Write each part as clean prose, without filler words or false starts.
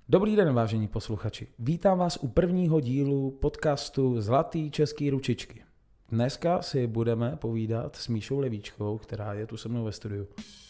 Dobrý den, vážení posluchači. Vítám vás u prvního dílu podcastu Zlatý český ručičky. Dneska si budeme povídat s Míšou Levíčkovou, která je tu se mnou ve studiu.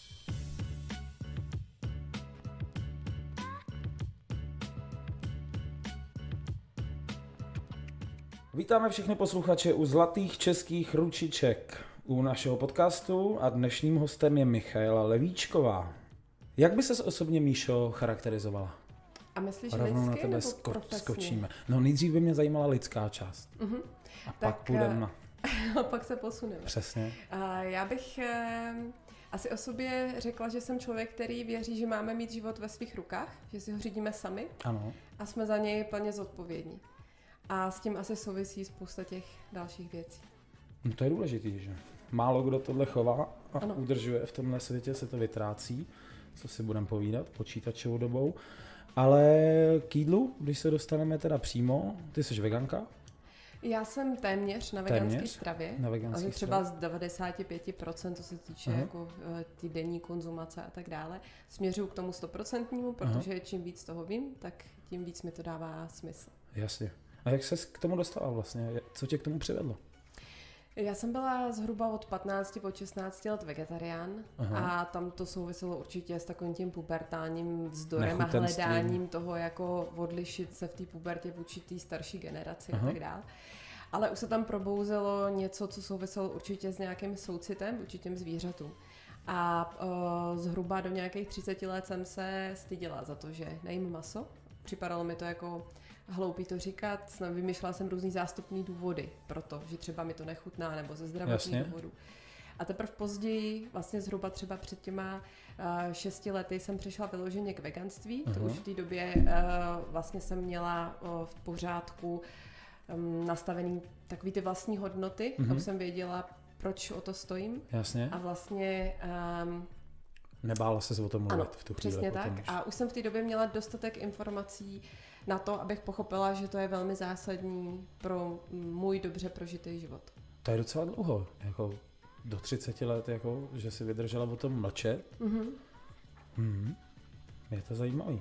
Vítáme všechny posluchače u Zlatých českých ručiček u našeho podcastu a dnešním hostem je Michaela Levíčková. Jak by ses osobně, Míšo, charakterizovala? A myslíš Rovnou lidsky na tebe nebo profesně? skočíme. No nejdřív by mě zajímala lidská část. A pak půjdeme na... A pak se posuneme. Přesně. Já bych asi o sobě řekla, že jsem člověk, který věří, že máme mít život ve svých rukách, že si ho řídíme sami Ano. a jsme za něj plně zodpovědní. A s tím asi souvisí spousta těch dalších věcí. No to je důležitý, že? Málo kdo tohle chová a Ano. udržuje v tomhle světě, se to vytrácí, co si budeme povídat počítačovou dobou. Ale k jídlu, když se dostaneme teda přímo, ty jsi veganka? Já jsem téměř na veganské stravě, ale třeba z 95%, co se týče jako ty denní konzumace a tak dále. Směřuju k tomu 100%, protože čím víc toho vím, tak tím víc mi to dává smysl. Jasně. A jak ses k tomu dostala vlastně? Co tě k tomu přivedlo? Já jsem byla zhruba od 15 po 16 let vegetarián a tam to souviselo určitě s takovým tím pubertálním vzdorem a hledáním toho, jako odlišit se v té pubertě vůči té starší generaci a tak dále. Ale už se tam probouzelo něco, co souviselo určitě s nějakým soucitem vůči těm zvířatům. A zhruba do nějakých 30 let jsem se styděla za to, že nejím maso. Připadalo mi to jako hloupý to říkat, vymýšlela jsem různý zástupný důvody pro to, že třeba mi to nechutná nebo ze zdravotních důvodů. A teprve později, vlastně zhruba třeba před těma 6 lety jsem přišla vyloženě k veganství. To už v té době vlastně jsem měla v pořádku nastavený takový ty vlastní hodnoty. A už jsem věděla, proč o to stojím. Jasně. A vlastně... Nebála ses o tom mluvit v tu chvíli. Přesně tak. A už jsem v té době měla dostatek informací na to, abych pochopila, že to je velmi zásadní pro můj dobře prožitý život. To je docela dlouho, jako do 30 let, jako, že si vydržela o tom mlčet. Je to zajímavý.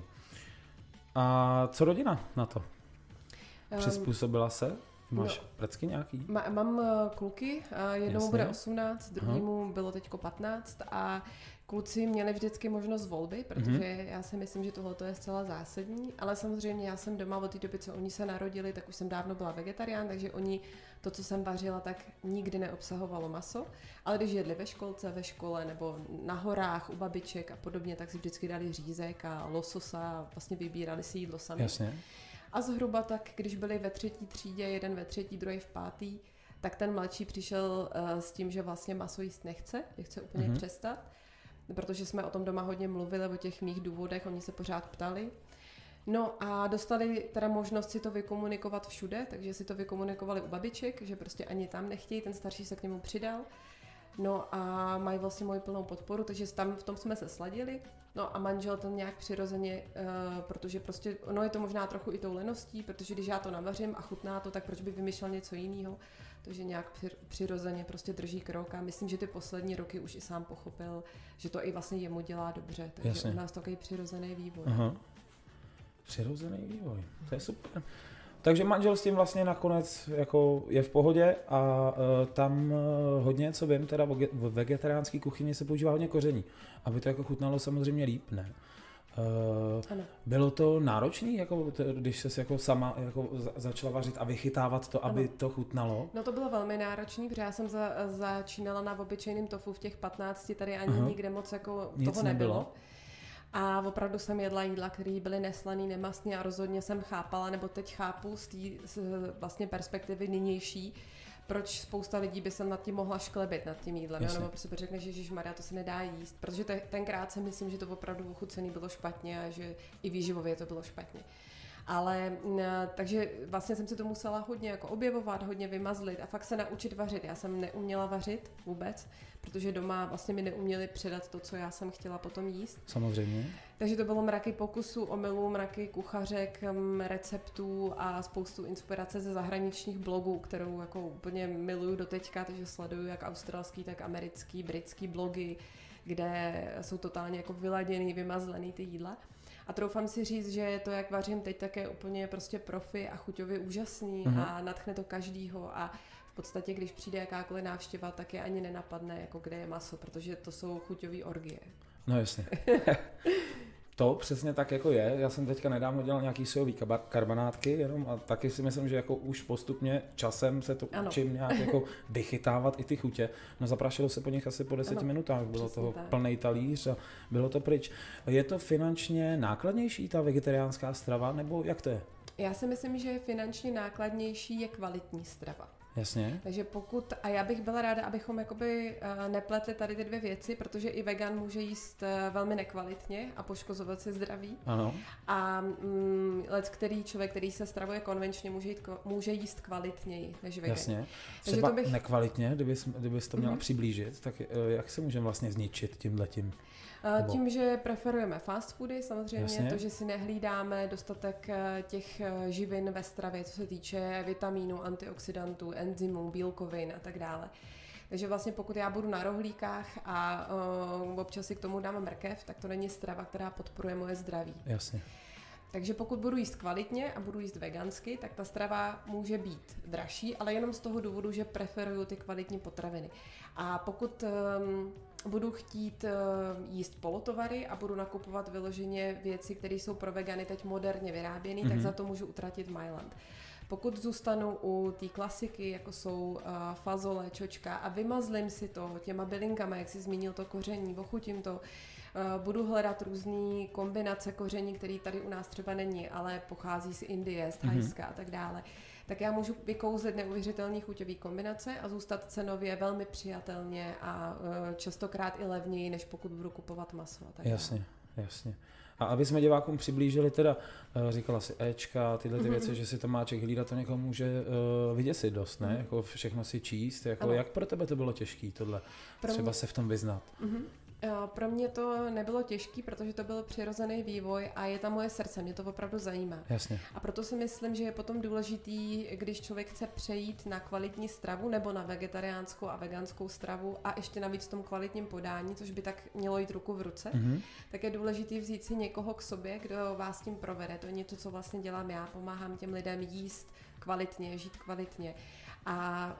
A co rodina na to? Přizpůsobila se? Máš prcky nějaký? Mám kluky, jednomu bude 18, druhému bylo teďko 15 a kluci měli vždycky možnost volby, protože já si myslím, že tohle je zcela zásadní, ale samozřejmě já jsem doma od té doby, co oni se narodili, tak už jsem dávno byla vegetarián, takže oni to, co jsem vařila, tak nikdy neobsahovalo maso, ale když jedli ve školce, ve škole nebo na horách u babiček a podobně, tak si vždycky dali řízek a lososa a vlastně vybírali si jídlo sami. Jasně. A zhruba tak, když byli ve 3. třídě, jeden ve 3., druhý v 5., tak ten mladší přišel s tím, že vlastně maso jíst nechce, že chce úplně přestat, protože jsme o tom doma hodně mluvili, o těch mých důvodech, oni se pořád ptali. No a dostali teda možnost si to vykomunikovat všude, takže si to vykomunikovali u babiček, že prostě ani tam nechtějí, ten starší se k němu přidal. No a mají vlastně moji plnou podporu, takže tam v tom jsme se sladili. No a manžel ten nějak přirozeně, protože prostě, ono je to možná trochu i tou leností, protože když já to navařím a chutná to, tak proč by vymýšlel něco jiného. Takže nějak přirozeně prostě drží krok a myslím, že ty poslední roky už i sám pochopil, že to i vlastně jemu dělá dobře. Takže Jasně. u nás takový přirozený vývoj. Přirozený vývoj, to je super. Takže manžel s tím vlastně nakonec jako je v pohodě a tam hodně, co vím, teda v vegetariánské kuchyni se používá hodně koření, aby to jako chutnalo samozřejmě líp, ne? Bylo to náročné, jako, když ses jako sama jako začala vařit a vychytávat to, aby to chutnalo? No to bylo velmi náročné, protože já jsem začínala na obyčejným tofu v těch 15, tady ani nikde moc jako toho nebylo. A opravdu jsem jedla jídla, které byly neslaný, nemastný a rozhodně jsem chápala, nebo teď chápu z té vlastně perspektivy nynější, proč spousta lidí by se nad tím mohla šklebit, nad tím jídlem, nebo prostě řekne, že ježišmarja, to se nedá jíst, protože tenkrát si myslím, že to opravdu ochucený bylo špatně a že i výživově to bylo špatně. Ale takže vlastně jsem si to musela hodně jako objevovat, hodně vymazlit a fakt se naučit vařit. Já jsem neuměla vařit vůbec, protože doma vlastně mi neuměli předat to, co já jsem chtěla potom jíst. Samozřejmě. Takže to bylo mraky pokusů, omylů, mraky kuchařek, receptů a spoustu inspirace ze zahraničních blogů, kterou jako úplně miluju doteďka, takže sleduju jak australský, tak americký, britský blogy, kde jsou totálně jako vyladěný, vymazlený ty jídla. A troufám si říct, že to, jak vařím teď, tak je úplně prostě profi a chuťově úžasný a nadchne to každýho a v podstatě, když přijde jakákoliv návštěva, tak je ani nenapadne, jako kde je maso, protože to jsou chuťové orgie. No jasně. To přesně tak jako je. Já jsem teďka nedávno dělal nějaký sojový karbonátky jenom a taky si myslím, že jako už postupně časem se to učím nějak jako vychytávat i ty chutě. No zaprašilo se po nich asi po 10 minutách, bylo toho plnej talíř a bylo to pryč. Je to finančně nákladnější ta vegetariánská strava, nebo jak to je? Já si myslím, že finančně nákladnější je kvalitní strava. Jasně. Takže pokud, a já bych byla ráda, abychom jakoby nepletli tady ty dvě věci, protože i vegan může jíst velmi nekvalitně a poškozovat si zdraví. Ano. A který člověk, který se stravuje konvenčně, může jíst kvalitněji než vegan. Jasně. Třeba nekvalitně, kdybys to měla přiblížit, tak jak se můžeme vlastně zničit tímhletím? Tím, že preferujeme fast foody, samozřejmě to, že si nehlídáme dostatek těch živin ve stravě, co se týče vitamínů, antioxidantů, enzymů, bílkovin a tak dále. Takže vlastně pokud já budu na rohlíkách a občas si k tomu dám mrkev, tak to není strava, která podporuje moje zdraví. Jasně. Takže pokud budu jíst kvalitně a budu jíst vegansky, tak ta strava může být dražší, ale jenom z toho důvodu, že preferuju ty kvalitní potraviny. A pokud budu chtít jíst polotovary a budu nakupovat vyloženě věci, které jsou pro vegany teď moderně vyráběné, tak za to můžu utratit Myland. Pokud zůstanu u té klasiky, jako jsou fazole, čočka a vymazlím si to těma bylinkama, jak jsi zmínil to koření, ochutím to, budu hledat různé kombinace koření, které tady u nás třeba není, ale pochází z Indie, z Thajska a tak dále, tak já můžu vykouzlit neuvěřitelné chuťové kombinace a zůstat cenově velmi přijatelně a častokrát i levněji, než pokud budu kupovat maso. A tak jasně, jasně. A aby jsme divákům přiblížili teda, říkala si Ečka, tyhle ty věci, že si Tomáček hlídat, to někoho může vyděsit dost, ne? Jako všechno si číst, jako jak pro tebe to bylo těžké tohle, třeba se v tom vyznat? Pro mě to nebylo těžké, protože to byl přirozený vývoj a je tam moje srdce, mě to opravdu zajímá. Jasně. A proto si myslím, že je potom důležitý, když člověk chce přejít na kvalitní stravu nebo na vegetariánskou a veganskou stravu a ještě navíc v tom kvalitním podání, což by tak mělo jít ruku v ruce, tak je důležitý vzít si někoho k sobě, kdo vás tím provede. To je něco, co vlastně dělám já, pomáhám těm lidem jíst kvalitně, žít kvalitně. A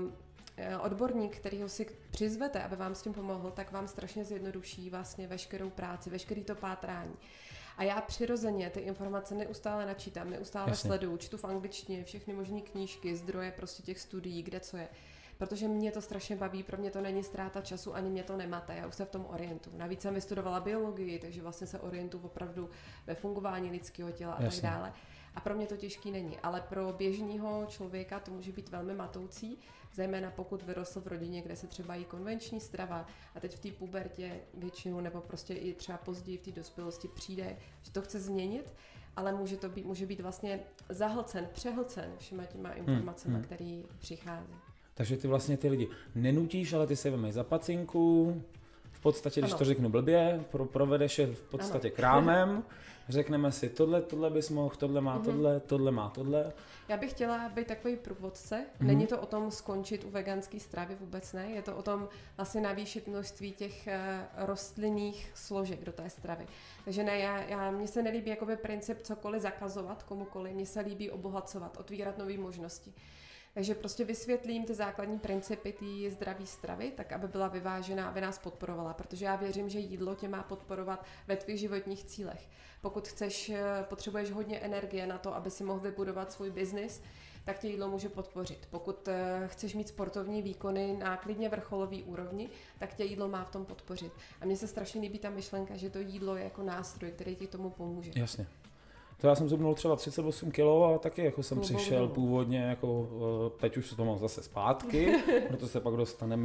odborník, kterýho si přizvete, aby vám s tím pomohl, tak vám strašně zjednoduší vlastně veškerou práci, veškerý to pátrání. A já přirozeně ty informace neustále načítám, neustále sleduju, čtu v angličtině všechny možné knížky, zdroje prostě těch studií, kde co je. Protože mě to strašně baví, pro mě to není ztráta času, ani mě to nemate, já už se v tom orientuju. Navíc jsem vystudovala biologii, takže vlastně se orientuju opravdu ve fungování lidského těla a tak dále. A pro mě to těžký není, ale pro běžného člověka to může být velmi matoucí, zejména pokud vyrostl v rodině, kde se třeba jí konvenční strava a teď v té pubertě většinou nebo prostě i třeba později v té dospělosti přijde, že to chce změnit, ale může být vlastně zahlcen, přehlcen všema těma informacemi, které přichází. Takže ty vlastně ty lidi nenutíš, ale ty se vemej za pacinku, v podstatě, když to řeknu blbě, provedeš je v podstatě krámem, řekneme si tohle bys mohl, tohle má tohle. Já bych chtěla být takový průvodce. Není to o tom skončit u veganské stravy, vůbec ne. Je to o tom vlastně navýšit množství těch rostlinných složek do té stravy. Takže ne, mně se nelíbí jakoby princip cokoliv zakazovat komukoliv, mně se líbí obohacovat, otvírat nové možnosti. Takže prostě vysvětlím ty základní principy té zdravé stravy, tak aby byla vyvážená, aby nás podporovala, protože já věřím, že jídlo tě má podporovat ve tvých životních cílech. Pokud potřebuješ hodně energie na to, aby si mohl vybudovat svůj biznis, tak tě jídlo může podpořit. Pokud chceš mít sportovní výkony na klidně vrcholový úrovni, tak tě jídlo má v tom podpořit. A mně se strašně líbí ta myšlenka, že to jídlo je jako nástroj, který ti tomu pomůže. Jasně. To já jsem zhubnul třeba 38 kg a taky jako jsem přišel původně, jako teď už se to mám zase zpátky, proto se pak dostaneme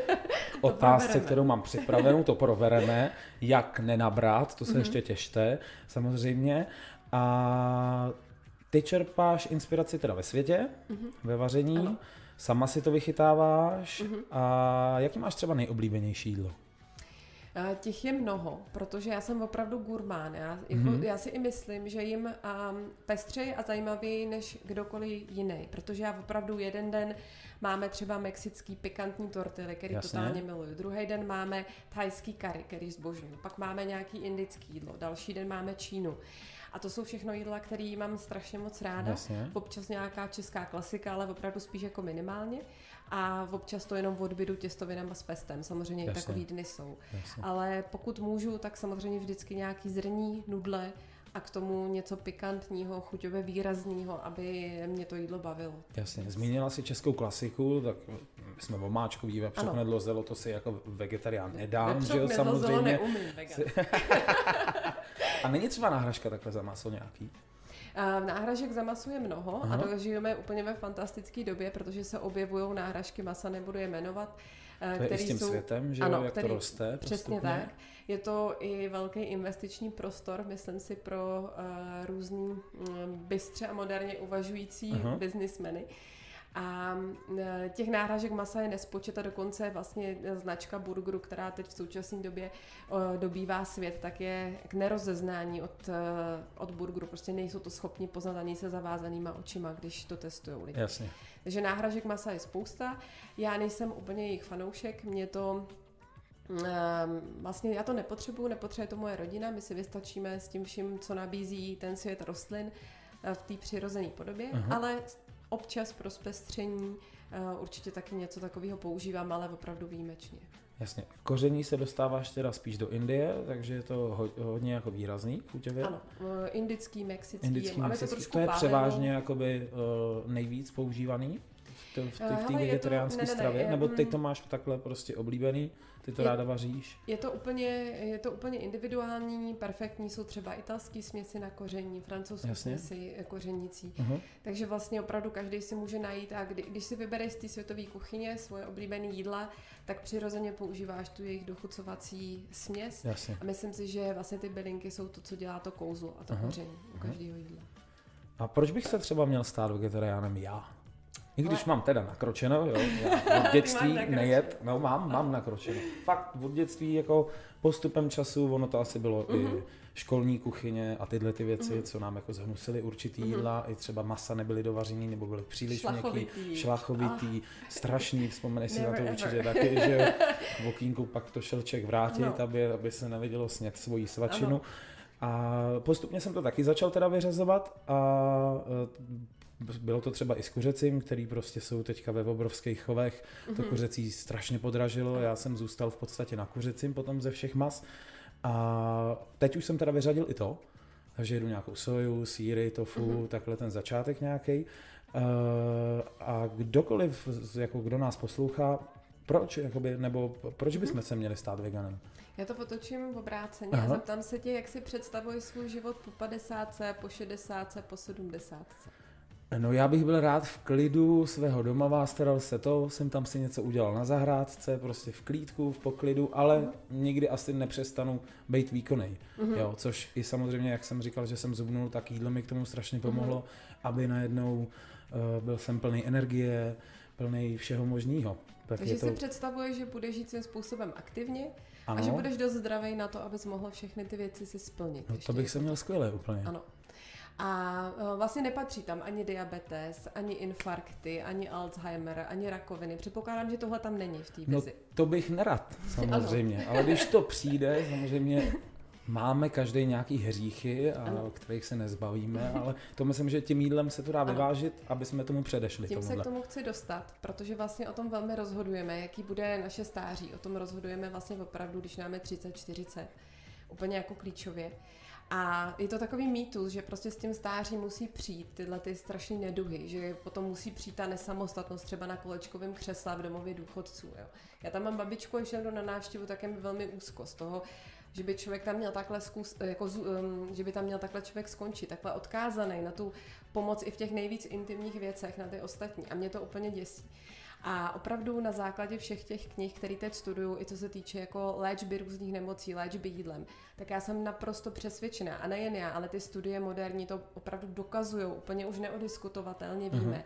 k otázce, kterou mám připravenou, to probereme, jak nenabrat, to se ještě těšte, samozřejmě. A ty čerpáš inspiraci teda ve světě, ve vaření, sama si to vychytáváš a jaký máš třeba nejoblíbenější jídlo? Těch je mnoho, protože já jsem opravdu gurmán. Já si i myslím, že jim pestřeji a zajímavěji než kdokoliv jiný, protože já opravdu jeden den máme třeba mexický pikantní tortily, který totálně miluju. Druhý den máme thajský curry, který zbožňuju. Pak máme nějaký indický jídlo. Další den máme Čínu. A to jsou všechno jídla, které mám strašně moc ráda. Jasně. Občas nějaká česká klasika, ale opravdu spíš jako minimálně. A občas to jenom odbydu těstovinama s pestem. Samozřejmě i takový dny jsou. Jasně. Ale pokud můžu, tak samozřejmě vždycky nějaký zrní, nudle a k tomu něco pikantního, chuťově výrazného, aby mě to jídlo bavilo. Jasně. Zmínila si českou klasiku, tak jsme omáčkový vepřok, knedlo, zelo, to si jako vegetarián nedám, vepřok, že jo, samozřejmě. Neumím vegan. A není třeba náhražka takhle za maso nějaký? Náhražek za maso je mnoho. Aha. A žijeme úplně ve fantastické době, protože se objevují náhražky masa, nebudu je jmenovat. To je i s tím světem, že jo, jak to roste. Přesně tak. Je to i velký investiční prostor, myslím si, pro různý bystře a moderně uvažující biznismeny. A těch náhražek masa je nespočet a dokonce vlastně značka burgeru, která teď v současné době dobývá svět, tak je k nerozeznání od burgeru. Prostě nejsou to schopni poznat ani se zavázanýma očima, když to testujou lidi. Jasně. Takže náhražek masa je spousta. Já nejsem úplně jejich fanoušek, mě to vlastně já to nepotřebuju to moje rodina, my si vystačíme s tím vším, co nabízí ten svět rostlin v té přirozené podobě, ale občas pro zpestření určitě taky něco takového používám, ale opravdu výjimečně. Jasně. V koření se dostáváš teda spíš do Indie, takže je to hodně jako výrazný chuťově. Ano, indický, mexický. To je převážně jakoby nejvíc používaný v té vegetariánské stravě, nebo ty to máš takhle prostě oblíbený, ty to ráda vaříš? Je to úplně individuální, perfektní, jsou třeba italský směsi na koření, francouzské směsi kořenící. Takže vlastně opravdu každý si může najít a když si vybereš z té světové kuchyně svoje oblíbené jídla, tak přirozeně používáš tu jejich dochucovací směs. Jasně. A myslím si, že vlastně ty bylinky jsou to, co dělá to kouzlo a to koření u každého jídla. A proč bych se třeba měl stát vegetariánem já? I když mám teda nakročeno, jo, já od dětství nejet, no mám nakročeno. Fakt od dětství jako postupem času, ono to asi bylo i školní kuchyně a tyhle ty věci, co nám jako zhnusily určitý jídla, i třeba masa nebyly dovařený, nebo byly příliš měkký, šlachovitý, strašný, vzpomeneš si na to určitě taky, že jo, v okýnku pak to šel člověk vrátit, aby se nevidělo snět svoji svačinu. Ano. A postupně jsem to taky začal teda vyřazovat a bylo to třeba i s kuřecím, který prostě jsou teďka ve obrovských chovech. To kuřecí strašně podražilo, já jsem zůstal v podstatě na kuřecím potom ze všech mas. A teď už jsem teda vyřadil i to, takže jedu nějakou soju, sýry, tofu, takhle ten začátek nějaký. A kdokoliv, jako kdo nás poslouchá, proč bychom se měli stát veganem? Já to otočím v obráceně a zeptám se tě, jak si představuješ svůj život po 50, po 60, po 70. No já bych byl rád v klidu svého domova, staral se jsem tam si něco udělal na zahrádce, prostě v klídku, v poklidu, ale nikdy asi nepřestanu být výkonnej. Jo, což i samozřejmě, jak jsem říkal, že jsem zubnul, tak jídlo mi k tomu strašně pomohlo, aby najednou byl jsem plný energie, plný všeho možného. Takže si představuješ, že budeš žít svým způsobem aktivně a že budeš dost zdravý na to, abys mohl všechny ty věci si splnit. No to bych se měl skvěle úplně. Ano. A vlastně nepatří tam ani diabetes, ani infarkty, ani Alzheimer, ani rakoviny. Předpokládám, že tohle tam není v té vizi. No to bych nerad, samozřejmě. Ale když to přijde, samozřejmě máme každý nějaký hříchy, o kterých se nezbavíme, ale to myslím, že tím jídlem se to dá vyvážit, aby jsme tomu předešli. Tím se k tomu chci dostat, protože vlastně o tom velmi rozhodujeme, jaký bude naše stáří. O tom rozhodujeme vlastně opravdu, když máme 30-40. Úplně jako klíčově. A je to takový mýtus, že prostě s tím stářím musí přijít tyhle ty strašné neduhy, že potom musí přijít ta nesamostatnost třeba na kolečkovém křesle v domově důchodců. Jo. Já tam mám babičku, když jdu na návštěvu, tak je mi velmi úzko z toho, že by člověk tam měl takhle že by tam měl takhle člověk skončit, takhle odkázaný na tu pomoc i v těch nejvíc intimních věcech, na ty ostatní. A mě to úplně děsí. A opravdu na základě všech těch knih, které teď studuju, i co se týče jako léčby různých nemocí, léčby jídlem, tak já jsem naprosto přesvědčená. A nejen já, ale ty studie moderní to opravdu dokazují, úplně už neodiskutovatelně víme,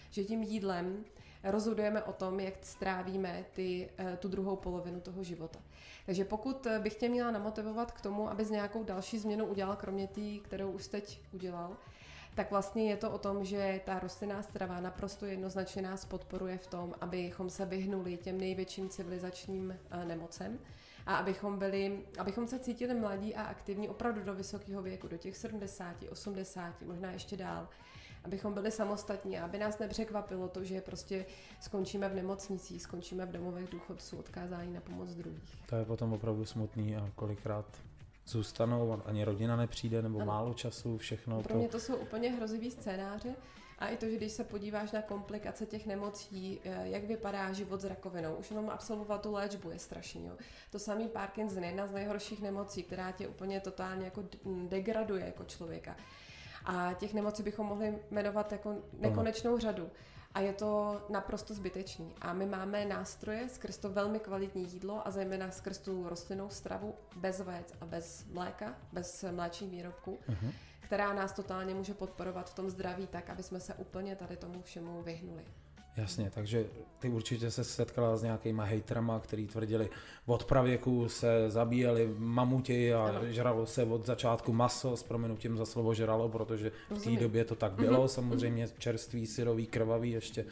že tím jídlem rozhodujeme o tom, jak strávíme tu druhou polovinu toho života. Takže pokud bych tě měla namotivovat k tomu, abys nějakou další změnu udělal, kromě té, kterou už teď udělal, tak vlastně je to o tom, že ta rostlinná strava naprosto jednoznačně nás podporuje v tom, abychom se vyhnuli těm největším civilizačním nemocem a abychom se cítili mladí a aktivní opravdu do vysokého věku, do těch 70, 80, možná ještě dál. Abychom byli samostatní a aby nás nepřekvapilo to, že prostě skončíme v nemocnicích, skončíme v domovech důchodců, odkázání na pomoc druhých. To je potom opravdu smutný a kolikrát zůstanou, ani rodina nepřijde, nebo málo času, všechno. Pro mě to jsou úplně hrozivý scénáře a i to, že když se podíváš na komplikace těch nemocí, jak vypadá život s rakovinou, už jenom absolvovat tu léčbu je strašný. Jo. To samý Parkinson, jedna z nejhorších nemocí, která tě úplně totálně jako degraduje jako člověka. A těch nemocí bychom mohli jmenovat jako nekonečnou řadu. A je to naprosto zbytečný. A my máme nástroje skrz to velmi kvalitní jídlo a zejména skrz tu rostlinnou stravu bez vajec a bez mléka, bez mléčných výrobků, která nás totálně může podporovat v tom zdraví tak, aby jsme se úplně tady tomu všemu vyhnuli. Jasně, takže ty určitě se setkala s nějakýma hejtrama, který tvrdili, od pravěku se zabíjeli mamuti a žralo se od začátku maso, s prominutím za slovo žralo, protože v té době to tak bylo, samozřejmě čerstvý, syrový, krvavý ještě.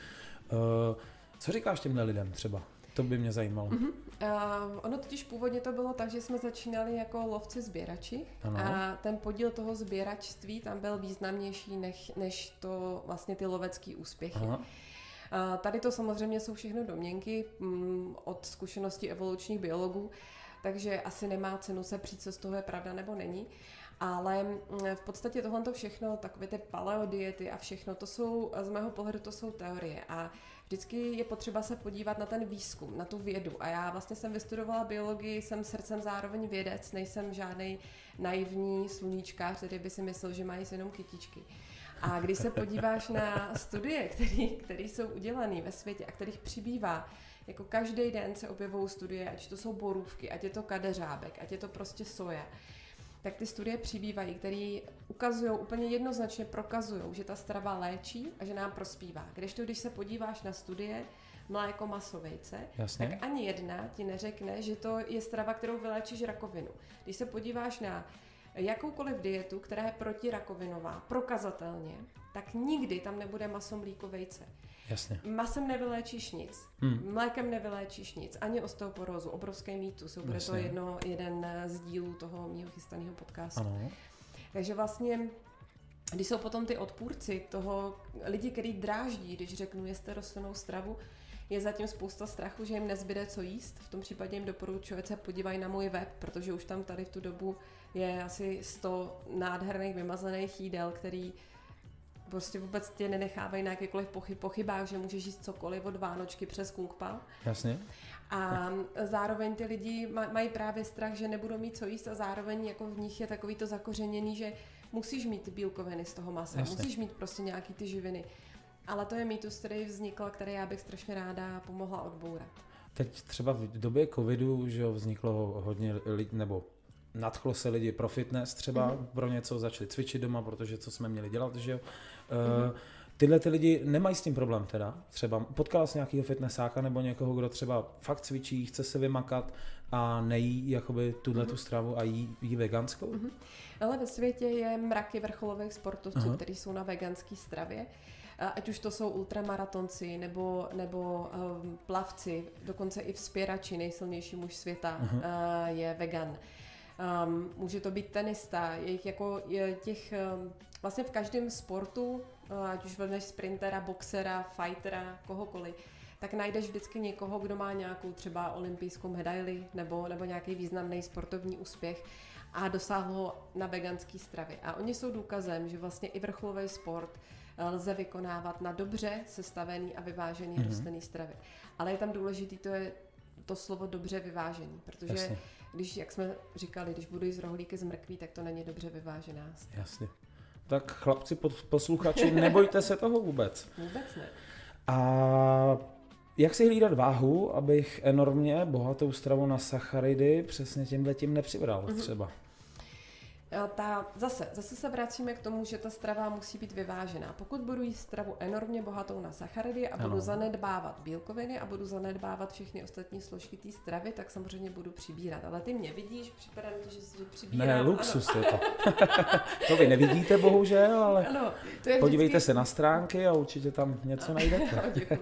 Co říkáš těmhle lidem třeba? To by mě zajímalo. Ono totiž původně to bylo tak, že jsme začínali jako lovci sběrači a ten podíl toho sběračství tam byl významnější než to vlastně ty lovecký úspěchy. Aha. Tady to samozřejmě jsou všechno domněnky od zkušeností evolučních biologů, takže asi nemá cenu se přijít, co z toho je pravda nebo není. Ale v podstatě tohle všechno, takové ty paleodiety a všechno, to jsou, z mého pohledu to jsou teorie a vždycky je potřeba se podívat na ten výzkum, na tu vědu. A já vlastně jsem vystudovala biologii, jsem srdcem zároveň vědec, nejsem žádný naivní sluníčkář, který by si myslel, že mají jenom kytičky. A když se podíváš na studie, které jsou udělané ve světě a kterých přibývá, jako každý den se objevují studie, ať to jsou borůvky, ať je to kadeřábek, ať je to prostě soja, tak ty studie přibývají, které ukazují, úplně jednoznačně prokazují, že ta strava léčí a že nám prospívá. Když se podíváš na studie mléko, maso, vejce, tak ani jedna ti neřekne, že to je strava, kterou vyléčíš rakovinu. Když se podíváš na jakoukoliv dietu, která je protirakovinová, prokazatelně, tak nikdy tam nebude maso, mlíko, vejce. Jasně. Masem nevyléčíš nic, mlékem nevyléčíš nic, ani osteoporózu, obrovský mýtus, bude to jeden z dílů toho mýho chystaného podcastu. Ano. Takže vlastně, když jsou potom ty odpůrci toho, lidi, který dráždí, když řeknu, jeste rostlinnou stravu, je zatím spousta strachu, že jim nezbyde co jíst. V tom případě jim doporučuji, ať se podívají na můj web, protože už tam tady v tu dobu je asi 100 nádherných vymazaných jídel, který prostě vůbec tě nenechávají na jakýkoliv pochybách, že můžeš jíst cokoliv od vánočky přes kung pao. Jasně. A zároveň ty lidi mají právě strach, že nebudou mít co jíst a zároveň jako v nich je takový to zakořeněný, že musíš mít ty bílkoviny z toho masa, musíš mít prostě nějaký ty živiny. Ale to je mýtus, který vznikl, který já bych strašně ráda pomohla odbourat. Teď třeba v době covidu, že vzniklo hodně lidí, nebo nadchlo se lidi pro fitness třeba, pro něco začali cvičit doma, protože co jsme měli dělat, že jo. Tyhle ty lidi nemají s tím problém teda. Třeba potkala jsi nějakého fitnessáka nebo někoho, kdo třeba fakt cvičí, chce se vymakat a nejí jakoby tu stravu a jí veganskou? Ale ve světě je mraky vrcholových sportovců, kteří jsou na veganské stravě. Ať už to jsou ultramaratonci nebo plavci, dokonce i vzpěrači, nejsilnější muž světa je vegan. Může to být tenista, vlastně v každém sportu, ať už vezmeš sprintera, boxera, fightera, kohokoliv, tak najdeš vždycky někoho, kdo má nějakou třeba olympijskou medaili nebo nějaký významný sportovní úspěch a dosáhl ho na veganské stravě. A oni jsou důkazem, že vlastně i vrcholový sport lze vykonávat na dobře sestavený a vyvážený rostlinný stravy. Ale je tam důležitý, to je to slovo dobře vyvážený, protože když, jak jsme říkali, když budu jíst rohlíky z mrkví, tak to není dobře vyvážená strava. Jasně. Tak chlapci, posluchači, nebojte se toho vůbec. Vůbec ne. A jak si hlídat váhu, abych enormně bohatou stravu na sacharidy přesně tímhletím nepřibral třeba? Zase se vracíme k tomu, že ta strava musí být vyvážená. Pokud budu jíst stravu enormně bohatou na sacharidy a budu zanedbávat bílkoviny a budu zanedbávat všechny ostatní složky té stravy, tak samozřejmě budu přibírat. Ale ty mě vidíš, připadá mi to, že přibírám. Ne, luxus je to. To vy nevidíte, bohužel, ale ano, to je podívejte vždycky... se na stránky a určitě tam něco najdete. Děkuji.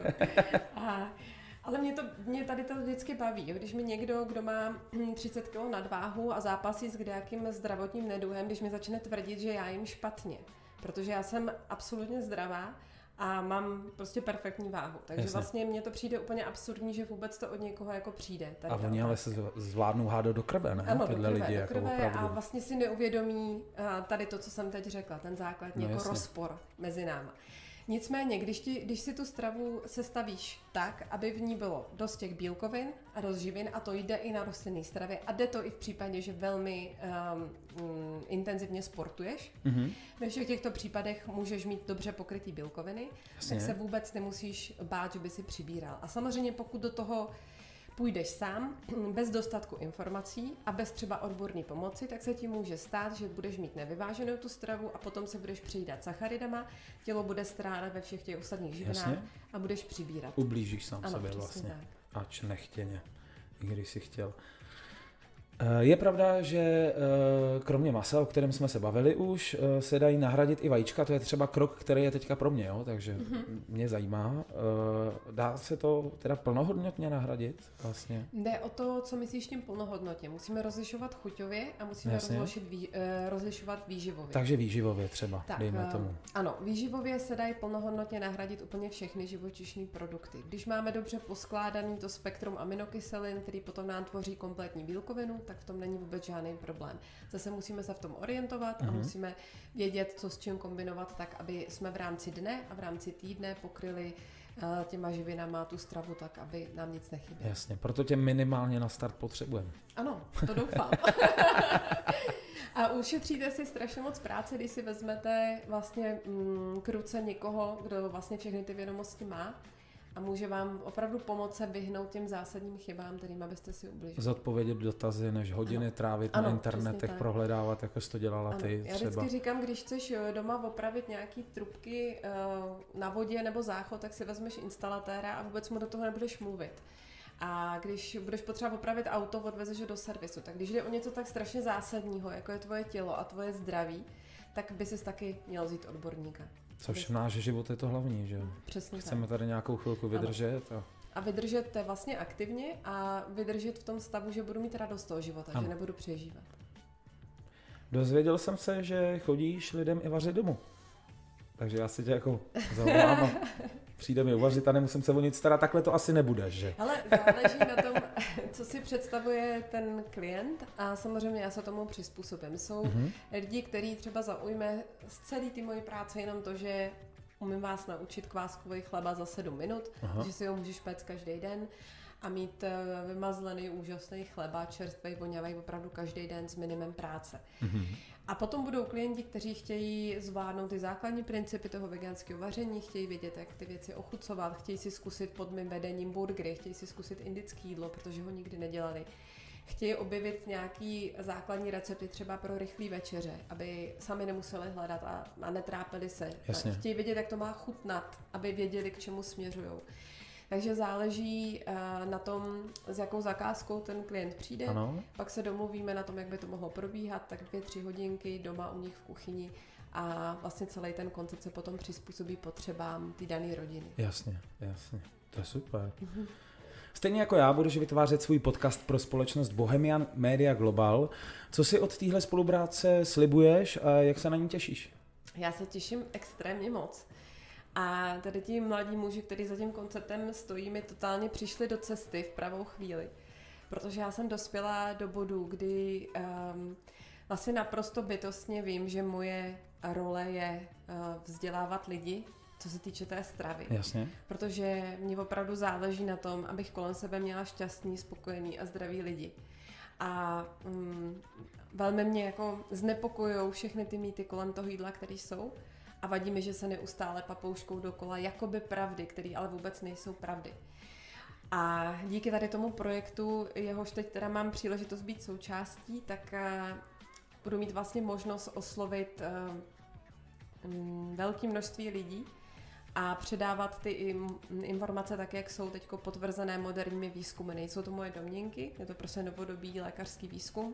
Ale mě tady to vždycky baví, když mi někdo, kdo má 30 kg nadváhu a zápasí s kdejakým zdravotním neduhem, když mi začne tvrdit, že já jim špatně, protože já jsem absolutně zdravá a mám prostě perfektní váhu. Takže Jasně. vlastně mně to přijde úplně absurdní, že vůbec to od někoho jako přijde. A oni ale se zvládnou hádat do krve, ne? Ano, tyhle lidi do jako krve opravdu. a vlastně si neuvědomí tady to, co jsem teď řekla, ten základní jako jasně. rozpor mezi náma. Nicméně, když si tu stravu sestavíš tak, aby v ní bylo dost těch bílkovin a rozživin, a to jde i na rostlinné stravě, a jde to i v případě, že velmi intenzivně sportuješ, ve všech těchto případech můžeš mít dobře pokrytý bílkoviny, tak se vůbec nemusíš bát, že by si přibíral. A samozřejmě pokud do toho půjdeš sám, bez dostatku informací a bez třeba odborné pomoci, tak se ti může stát, že budeš mít nevyváženou tu stravu a potom se budeš přijídat sacharidama, tělo bude strádat ve všech těch ostatních živinách a budeš přibírat. Ublížíš sám sobě vlastně, ač nechtěně, i když jsi chtěl. Je pravda, že kromě masa, o kterém jsme se bavili už, se dají nahradit i vajíčka, to je třeba krok, který je teďka pro mě, jo? Takže mě zajímá. Dá se to teda plnohodnotně nahradit vlastně? Jde o to, co myslíš tím plnohodnotně. Musíme rozlišovat chuťově a musíme rozlišovat výživově. Takže výživově třeba, dejme tomu. Ano, výživově se dají plnohodnotně nahradit úplně všechny živočišné produkty. Když máme dobře poskládaný to spektrum aminokyselin, který potom nám tvoří kompletní bílkovinu, tak v tom není vůbec žádný problém. Zase musíme se v tom orientovat a musíme vědět, co s čím kombinovat, tak aby jsme v rámci dne a v rámci týdne pokryli těma živinama tu stravu tak, aby nám nic nechybělo. Jasně, proto tě minimálně na start potřebujeme. Ano, to doufám. A ušetříte si strašně moc práce, když si vezmete vlastně k ruce někoho, kdo vlastně všechny ty vědomosti má a může vám opravdu pomoct se vyhnout těm zásadním chybám, kterým byste si ubližili. Zodpovědět dotazy, než hodiny trávit na internetech, prohledávat, jako jsi to dělala ty třeba. Já vždycky říkám, když chceš doma opravit nějaký trubky na vodě nebo záchod, tak si vezmeš instalatéra a vůbec mu do toho nebudeš mluvit. A když budeš potřeba opravit auto, odvezeš ho do servisu. Tak když jde o něco tak strašně zásadního, jako je tvoje tělo a tvoje zdraví, tak by si taky měl vzít odborníka. Což náš život je to hlavní, že? Přesně chceme tak. Tady nějakou chvilku vydržet. A vydržet vlastně aktivně a vydržet v tom stavu, že budu mít radost toho života, že nebudu přežívat. Dozvěděl jsem se, že chodíš lidem i vařit domů. Takže já si tě jako zavolám a přijde mi uvařit a nemusím se o nic starat, takhle to asi nebudeš, že? Ale záleží na tom, co si představuje ten klient a samozřejmě já se tomu přizpůsobím. Jsou lidi, kteří třeba zaujme z celé ty moje práce jenom to, že umím vás naučit kváskový chleba za 7 minut, že si ho můžeš péct každý den a mít vymazlený úžasný chleba, čerstvý, voňavý opravdu každý den s minimem práce. A potom budou klienti, kteří chtějí zvládnout ty základní principy toho veganského vaření, chtějí vědět, jak ty věci ochucovat, chtějí si zkusit pod mým vedením burgery, chtějí si zkusit indické jídlo, protože ho nikdy nedělali. Chtějí objevit nějaký základní recepty třeba pro rychlé večeře, aby sami nemuseli hledat a netrápili se. Jasně. Chtějí vědět, jak to má chutnat, aby věděli, k čemu směřují. Takže záleží na tom, s jakou zakázkou ten klient přijde. Ano. Pak se domluvíme na tom, jak by to mohlo probíhat, tak 2-3 hodinky doma u nich v kuchyni a vlastně celý ten koncept se potom přizpůsobí potřebám té dané rodiny. Jasně. To je super. Stejně jako já budeš vytvářet svůj podcast pro společnost Bohemian Media Global. Co si od téhle spolupráce slibuješ a jak se na ní těšíš? Já se těším extrémně moc. A tady ti mladí muži, kteří za tím konceptem stojí, mi totálně přišli do cesty v pravou chvíli. Protože já jsem dospěla do bodu, kdy vlastně naprosto bytostně vím, že moje role je vzdělávat lidi, co se týče té stravy. Jasně. Protože mě opravdu záleží na tom, abych kolem sebe měla šťastný, spokojený a zdravý lidi. A velmi mě jako znepokojujou všechny ty mýty kolem toho jídla, které jsou. A vadí mi, že se neustále papouškou dokola jakoby pravdy, které ale vůbec nejsou pravdy. A díky tady tomu projektu, jehož teď teda mám příležitost být součástí, tak budu mít vlastně možnost oslovit velké množství lidí a předávat ty informace tak, jak jsou teď potvrzené moderními výzkumy. Nejsou to moje domněnky, je to prostě novodobý lékařský výzkum.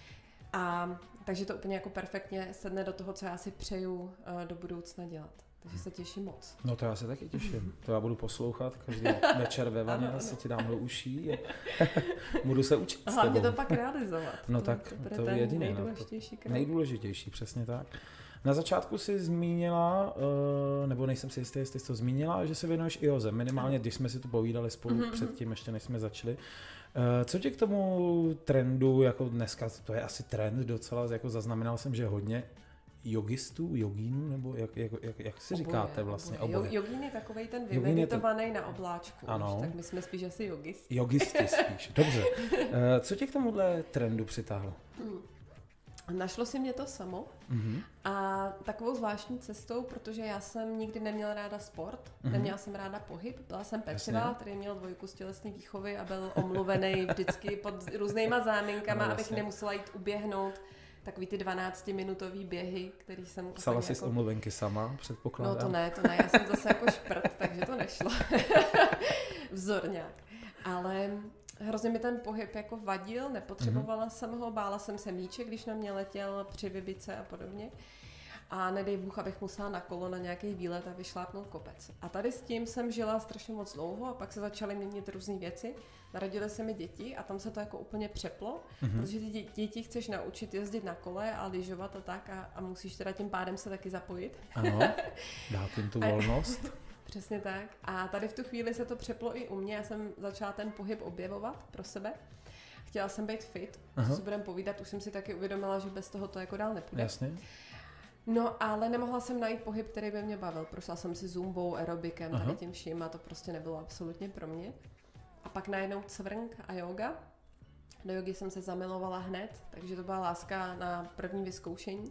A takže to úplně jako perfektně sedne do toho, co já si přeju do budoucna dělat. Takže se těším moc. No to já se taky těším. To já budu poslouchat každý večer ve vaně, si ti dám do uší a budu se učit s tebou. Hlavně to pak realizovat. No tak to je jediné. Nejdůležitější, přesně tak. Na začátku si zmínila, nebo nejsem si jistý, jestli jsi to zmínila, že se věnuješ i józe. Minimálně, když jsme si tu povídali spolu předtím, ještě než jsme začali. Co tě k tomu trendu, jako dneska, to je asi trend docela, jako zaznamenal jsem, že hodně jogistů, jogínů, nebo jak si říkáte vlastně? Jogín je takovej ten vymeditovaný na obláčku. Ano. Tak my jsme spíš asi jogisti. Jogisti spíš, dobře. Co tě k tomuhle trendu přitáhlo? Našlo si mě to samo a takovou zvláštní cestou, protože já jsem nikdy neměla ráda sport, neměla jsem ráda pohyb, byla jsem peciva, který měl 2 z tělesné výchovy a byl omluvený vždycky pod různýma záminkama, abych nemusela jít uběhnout takový ty 12-minutový běhy, který jsem... Psala jsi z omluvenky sama, předpokládám? No to ne, já jsem zase jako šprt, takže to nešlo. Vzorňák. Ale hrozně mi ten pohyb jako vadil, nepotřebovala jsem ho, bála jsem se míče, když na mě letěl při vybice a podobně. A nedej Bůh, abych musela na kolo na nějaký výlet a vyšlápnout kopec. A tady s tím jsem žila strašně moc dlouho a pak se začaly měnit různé věci. Narodily se mi děti a tam se to jako úplně přeplo, protože ty děti chceš naučit jezdit na kole a lyžovat a tak a musíš teda tím pádem se taky zapojit. Ano, dát jim tu volnost. Přesně tak. A tady v tu chvíli se to přeplo i u mě. Já jsem začala ten pohyb objevovat pro sebe. Chtěla jsem být fit, co si budeme povídat, už jsem si taky uvědomila, že bez toho to jako dál nepůjde. Jasně. No, ale nemohla jsem najít pohyb, který by mě bavil. Prošla jsem si zumbou, aerobikem, tady tím vším a to prostě nebylo absolutně pro mě. A pak najednou cvrnk a yoga. Do jogy jsem se zamilovala hned, takže to byla láska na první vyzkoušení.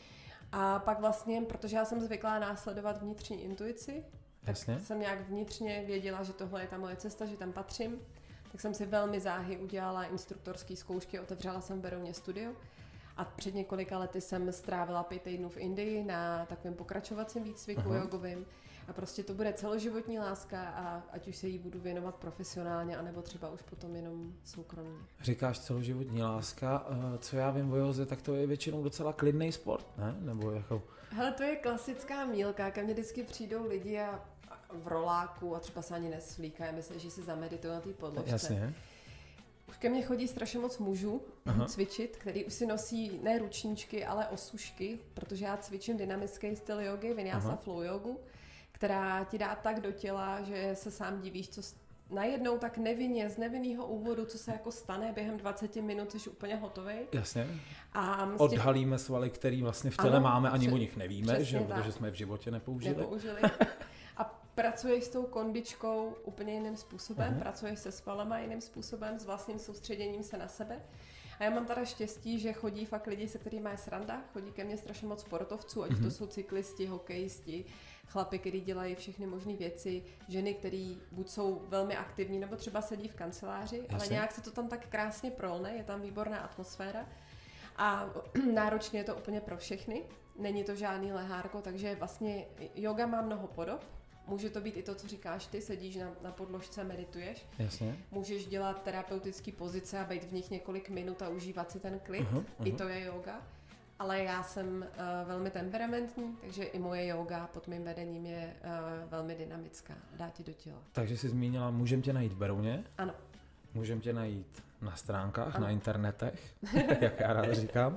A pak vlastně, protože já jsem zvyklá následovat vnitřní intuici, tak jsem nějak vnitřně věděla, že tohle je ta moje cesta, že tam patřím. Tak jsem si velmi záhy udělala instruktorské zkoušky, otevřela jsem v Berouně studio. A před několika lety jsem strávila 5 týdnů v Indii na takovém pokračovacím výcviku jogovým. A prostě to bude celoživotní láska a ať už se jí budu věnovat profesionálně, anebo třeba už potom jenom soukromně. Říkáš celoživotní láska, co já vím o józe, tak to je většinou docela klidný sport, ne? Nebo jako... Hele, to je klasická mílka, ke mně vždycky přijdou lidi a v roláku a třeba se ani nesvlíkají, myslí, že si zameditují na té podložce. Jasně. Už ke mně chodí strašně moc mužů cvičit, který už si nosí ne ručníčky, ale osušky, protože já cvičím dynamický styl jogy, vinyasa flow jogu, která ti dá tak do těla, že se sám divíš, co najednou tak nevinně, z nevinného úvodu, co se jako stane během 20 minut, jsi úplně hotovej. Jasně. A odhalíme svaly, který vlastně v těle máme, ani o nich nevíme, že? Protože jsme v životě nepoužili. A pracuješ s tou kondičkou úplně jiným způsobem, pracuješ se svalama jiným způsobem, s vlastním soustředěním se na sebe. A já mám teda štěstí, že chodí fakt lidi, se kterými je sranda, chodí ke mně strašně moc sportovců, ať to jsou cyklisti, hokejisti, chlapi, kteří dělají všechny možné věci, ženy, které buď jsou velmi aktivní, nebo třeba sedí v kanceláři, ale nějak se to tam tak krásně prolne, je tam výborná atmosféra a náročně je to úplně pro všechny, není to žádný lehárko, takže vlastně yoga má mnoho podob. Může to být i to, co říkáš ty, sedíš na podložce, medituješ. Jasně. Můžeš dělat terapeutické pozice a být v nich několik minut a užívat si ten klid. I to je yoga. Ale já jsem velmi temperamentní, takže i moje yoga pod mým vedením je velmi dynamická. Dá ti do těla. Takže jsi zmínila, můžem tě najít v Berouně? Ano. Můžem tě najít na stránkách, na internetech, jak já rád říkám.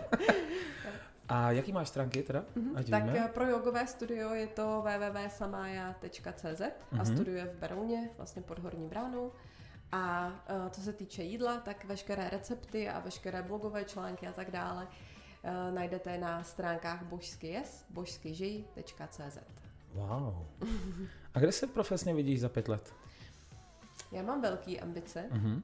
A jaký máš stránky teda? Tak pro jogové studio je to www.samaya.cz a studio je v Berouně, vlastně pod Horní bránou. A co se týče jídla, tak veškeré recepty a veškeré blogové články a tak dále najdete na stránkách božskyžij.cz. Wow. A kde se profesně vidíš za 5 let? Já mám velké ambice,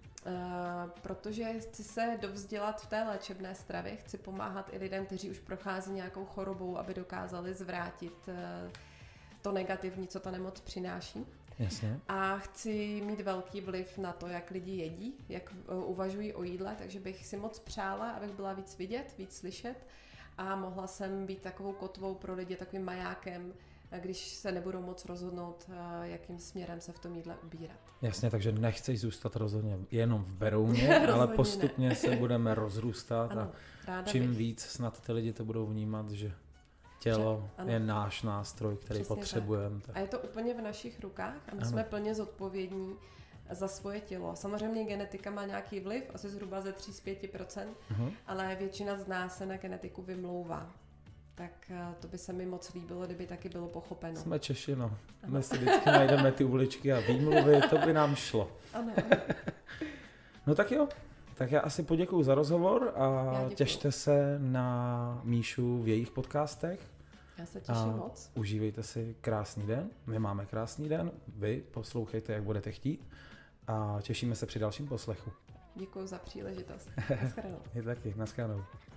protože chci se dovzdělat v té léčebné stravě, chci pomáhat i lidem, kteří už prochází nějakou chorobou, aby dokázali zvrátit to negativní, co ta nemoc přináší. Jasně. A chci mít velký vliv na to, jak lidi jedí, jak uvažují o jídle, takže bych si moc přála, abych byla víc vidět, víc slyšet a mohla jsem být takovou kotvou pro lidi, takovým majákem, když se nebudou moc rozhodnout, jakým směrem se v tom jídle ubírat. Jasně, takže nechceš zůstat rozhodně jenom v Berouně, ale postupně ne. Se budeme rozrůstat ano, a čím víc snad ty lidi to budou vnímat, že tělo je náš nástroj, který přesně potřebujeme. Tak. A je to úplně v našich rukách a my jsme plně zodpovědní za svoje tělo. Samozřejmě genetika má nějaký vliv, asi zhruba ze 3-5%, ale většina z nás se na genetiku vymlouvá. Tak to by se mi moc líbilo, kdyby taky bylo pochopeno. Jsme Češi, no. My si vždycky najdeme ty uličky a výmluvy, to by nám šlo. Ano. No tak jo, tak já asi poděkuju za rozhovor a těšte se na Míšu v jejich podcastech. Já se těším moc. Užívejte si krásný den, my máme krásný den, vy poslouchejte, jak budete chtít a těšíme se při dalším poslechu. Děkuju za příležitost. Naschledanou. Je taky, naschledanou.